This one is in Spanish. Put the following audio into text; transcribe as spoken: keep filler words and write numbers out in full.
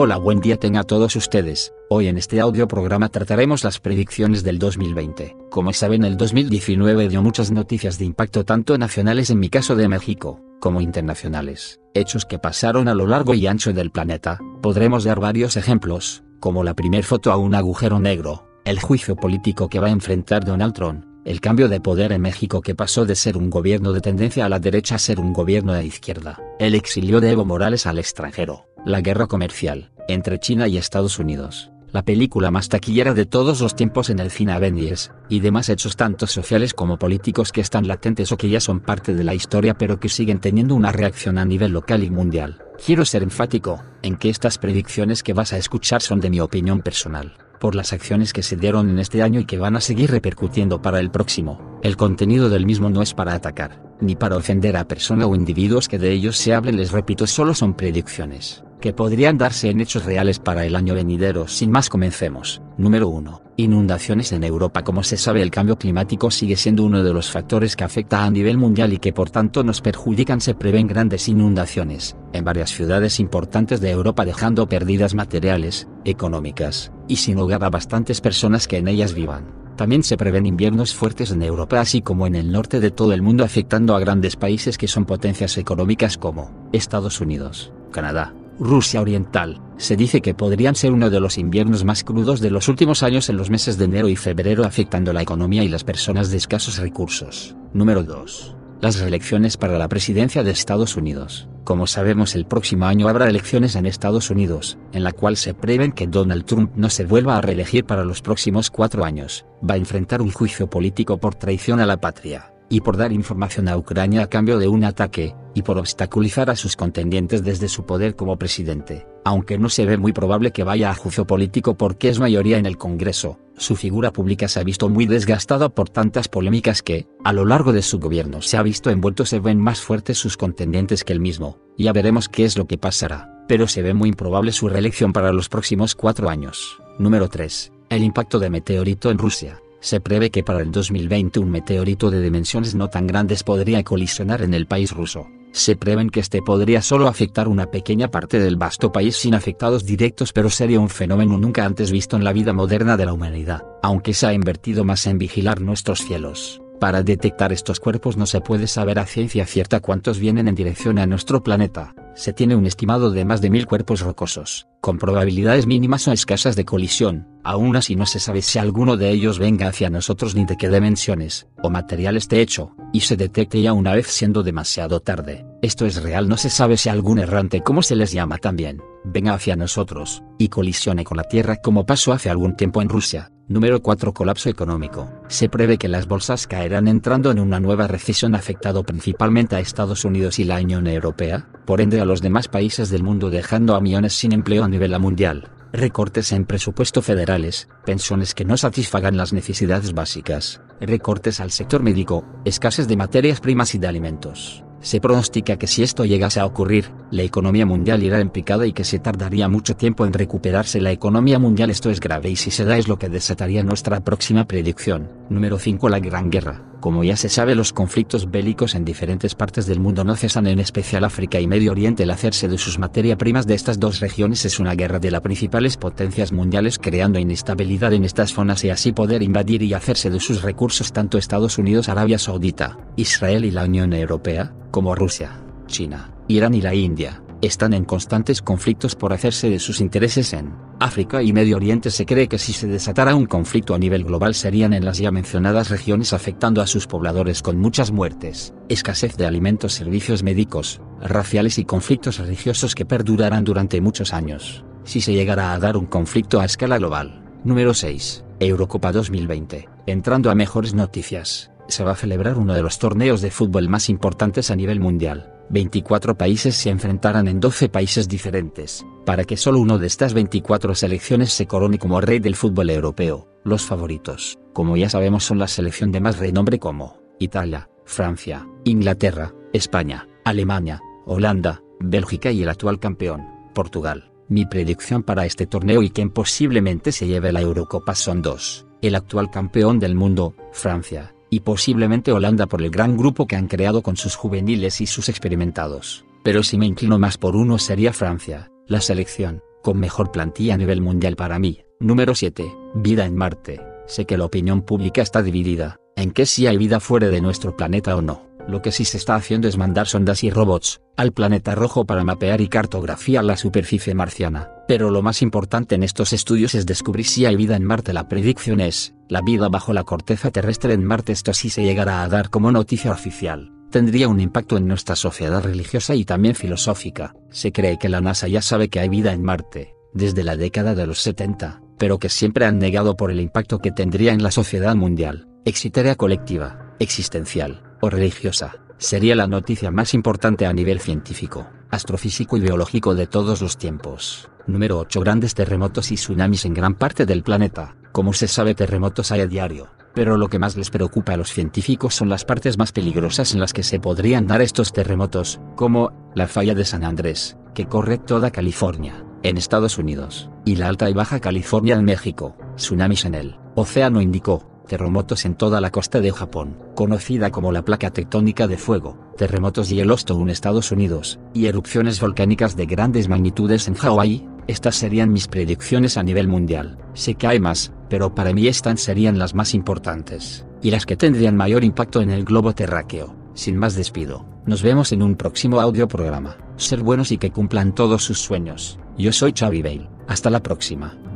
Hola, buen día tenga a todos ustedes. Hoy en este audio programa trataremos las predicciones del dos mil veinte. Como saben, el dos mil diecinueve dio muchas noticias de impacto tanto nacionales, en mi caso de México, como internacionales, hechos que pasaron a lo largo y ancho del planeta. Podremos dar varios ejemplos, como la primer foto a un agujero negro, el juicio político que va a enfrentar Donald Trump, el cambio de poder en México que pasó de ser un gobierno de tendencia a la derecha a ser un gobierno de izquierda, el exilio de Evo Morales al extranjero, la guerra comercial entre China y Estados Unidos, la película más taquillera de todos los tiempos en el cine Avengers, y demás hechos tanto sociales como políticos que están latentes o que ya son parte de la historia pero que siguen teniendo una reacción a nivel local y mundial. Quiero ser enfático en que estas predicciones que vas a escuchar son de mi opinión personal, por las acciones que se dieron en este año y que van a seguir repercutiendo para el próximo. El contenido del mismo no es para atacar, ni para ofender a persona o individuos que de ellos se hable. Les repito, solo son predicciones que podrían darse en hechos reales para el año venidero. Sin más, comencemos. Número uno. Inundaciones en Europa. Como se sabe, el cambio climático sigue siendo uno de los factores que afecta a nivel mundial y que por tanto nos perjudican. Se prevén grandes inundaciones en varias ciudades importantes de Europa, dejando pérdidas materiales, económicas, y sin hogar a bastantes personas que en ellas vivan. También se prevén inviernos fuertes en Europa así como en el norte de todo el mundo, afectando a grandes países que son potencias económicas como Estados Unidos, Canadá, Rusia Oriental. Se dice que podrían ser uno de los inviernos más crudos de los últimos años en los meses de enero y febrero, afectando la economía y las personas de escasos recursos. Número dos. Las reelecciones para la presidencia de Estados Unidos. Como sabemos, el próximo año habrá elecciones en Estados Unidos, en la cual se prevén que Donald Trump no se vuelva a reelegir para los próximos cuatro años. Va a enfrentar un juicio político por traición a la patria, y por dar información a Ucrania a cambio de un ataque, y por obstaculizar a sus contendientes desde su poder como presidente. Aunque no se ve muy probable que vaya a juicio político porque es mayoría en el Congreso, su figura pública se ha visto muy desgastada por tantas polémicas que, a lo largo de su gobierno, se ha visto envuelto. Se ven más fuertes sus contendientes que él mismo. Ya veremos qué es lo que pasará, pero se ve muy improbable su reelección para los próximos cuatro años. Número tres. El impacto de meteorito en Rusia. Se prevé que para el dos mil veinte un meteorito de dimensiones no tan grandes podría colisionar en el país ruso. Se prevén que este podría solo afectar una pequeña parte del vasto país sin afectados directos, pero sería un fenómeno nunca antes visto en la vida moderna de la humanidad. Aunque se ha invertido más en vigilar nuestros cielos, para detectar estos cuerpos no se puede saber a ciencia cierta cuántos vienen en dirección a nuestro planeta. Se tiene un estimado de más de mil cuerpos rocosos, con probabilidades mínimas o escasas de colisión. Aún así no se sabe si alguno de ellos venga hacia nosotros ni de qué dimensiones o material esté hecho, y se detecte ya una vez siendo demasiado tarde. Esto es real. No se sabe si algún errante, como se les llama también, venga hacia nosotros y colisione con la Tierra, como pasó hace algún tiempo en Rusia. Número cuatro. Colapso económico. Se prevé que las bolsas caerán entrando en una nueva recesión, afectado principalmente a Estados Unidos y la Unión Europea, por ende a los demás países del mundo, dejando a millones sin empleo a nivel mundial. Recortes en presupuesto federales, pensiones que no satisfagan las necesidades básicas, recortes al sector médico, escasez de materias primas y de alimentos. Se pronostica que si esto llegase a ocurrir, la economía mundial irá en picada y que se tardaría mucho tiempo en recuperarse la economía mundial. Esto es grave y si se da es lo que desataría nuestra próxima predicción. Número cinco. La Gran Guerra. Como ya se sabe, los conflictos bélicos en diferentes partes del mundo no cesan, en especial África y Medio Oriente. El hacerse de sus materias primas de estas dos regiones es una guerra de las principales potencias mundiales, creando inestabilidad en estas zonas y así poder invadir y hacerse de sus recursos tanto Estados Unidos, Arabia Saudita, Israel y la Unión Europea, como Rusia, China, Irán y la India. Están en constantes conflictos por hacerse de sus intereses en África y Medio Oriente. Se cree que si se desatara un conflicto a nivel global serían en las ya mencionadas regiones, afectando a sus pobladores con muchas muertes, escasez de alimentos, servicios médicos, raciales y conflictos religiosos que perdurarán durante muchos años, si se llegara a dar un conflicto a escala global. Número seis. Eurocopa dos mil veinte. Entrando a mejores noticias, se va a celebrar uno de los torneos de fútbol más importantes a nivel mundial. veinticuatro países se enfrentarán en doce países diferentes, para que solo uno de estas veinticuatro selecciones se corone como rey del fútbol europeo. Los favoritos, como ya sabemos, son la selección de más renombre como Italia, Francia, Inglaterra, España, Alemania, Holanda, Bélgica y el actual campeón, Portugal. Mi predicción para este torneo y quien posiblemente se lleve la Eurocopa son dos: el actual campeón del mundo, Francia, y posiblemente Holanda, por el gran grupo que han creado con sus juveniles y sus experimentados. Pero si me inclino más por uno sería Francia. La selección, con mejor plantilla a nivel mundial para mí. Número siete. Vida en Marte. Sé que la opinión pública está dividida, en que si hay vida fuera de nuestro planeta o no. Lo que sí se está haciendo es mandar sondas y robots al planeta rojo para mapear y cartografiar la superficie marciana. Pero lo más importante en estos estudios es descubrir si hay vida en Marte. La predicción es, la vida bajo la corteza terrestre en Marte. Esto sí se llegará a dar como noticia oficial. Tendría un impacto en nuestra sociedad religiosa y también filosófica. Se cree que la NASA ya sabe que hay vida en Marte, desde la década de los setenta, pero que siempre han negado por el impacto que tendría en la sociedad mundial, exiteria colectiva, existencial o religiosa. Sería la noticia más importante a nivel científico, astrofísico y biológico de todos los tiempos. Número ocho. Grandes terremotos y tsunamis en gran parte del planeta. Como se sabe, terremotos hay a diario, pero lo que más les preocupa a los científicos son las partes más peligrosas en las que se podrían dar estos terremotos, como la falla de San Andrés, que corre toda California, en Estados Unidos, y la Alta y Baja California en México. Tsunamis en el Océano Índico. Terremotos en toda la costa de Japón, conocida como la placa tectónica de fuego, terremotos de Yellowstone, Estados Unidos, y erupciones volcánicas de grandes magnitudes en Hawái. Estas serían mis predicciones a nivel mundial. Sé que hay más, pero para mí estas serían las más importantes, y las que tendrían mayor impacto en el globo terráqueo. Sin más, despido. Nos vemos en un próximo audio programa. Ser buenos y que cumplan todos sus sueños. Yo soy Xavi Bale. Hasta la próxima.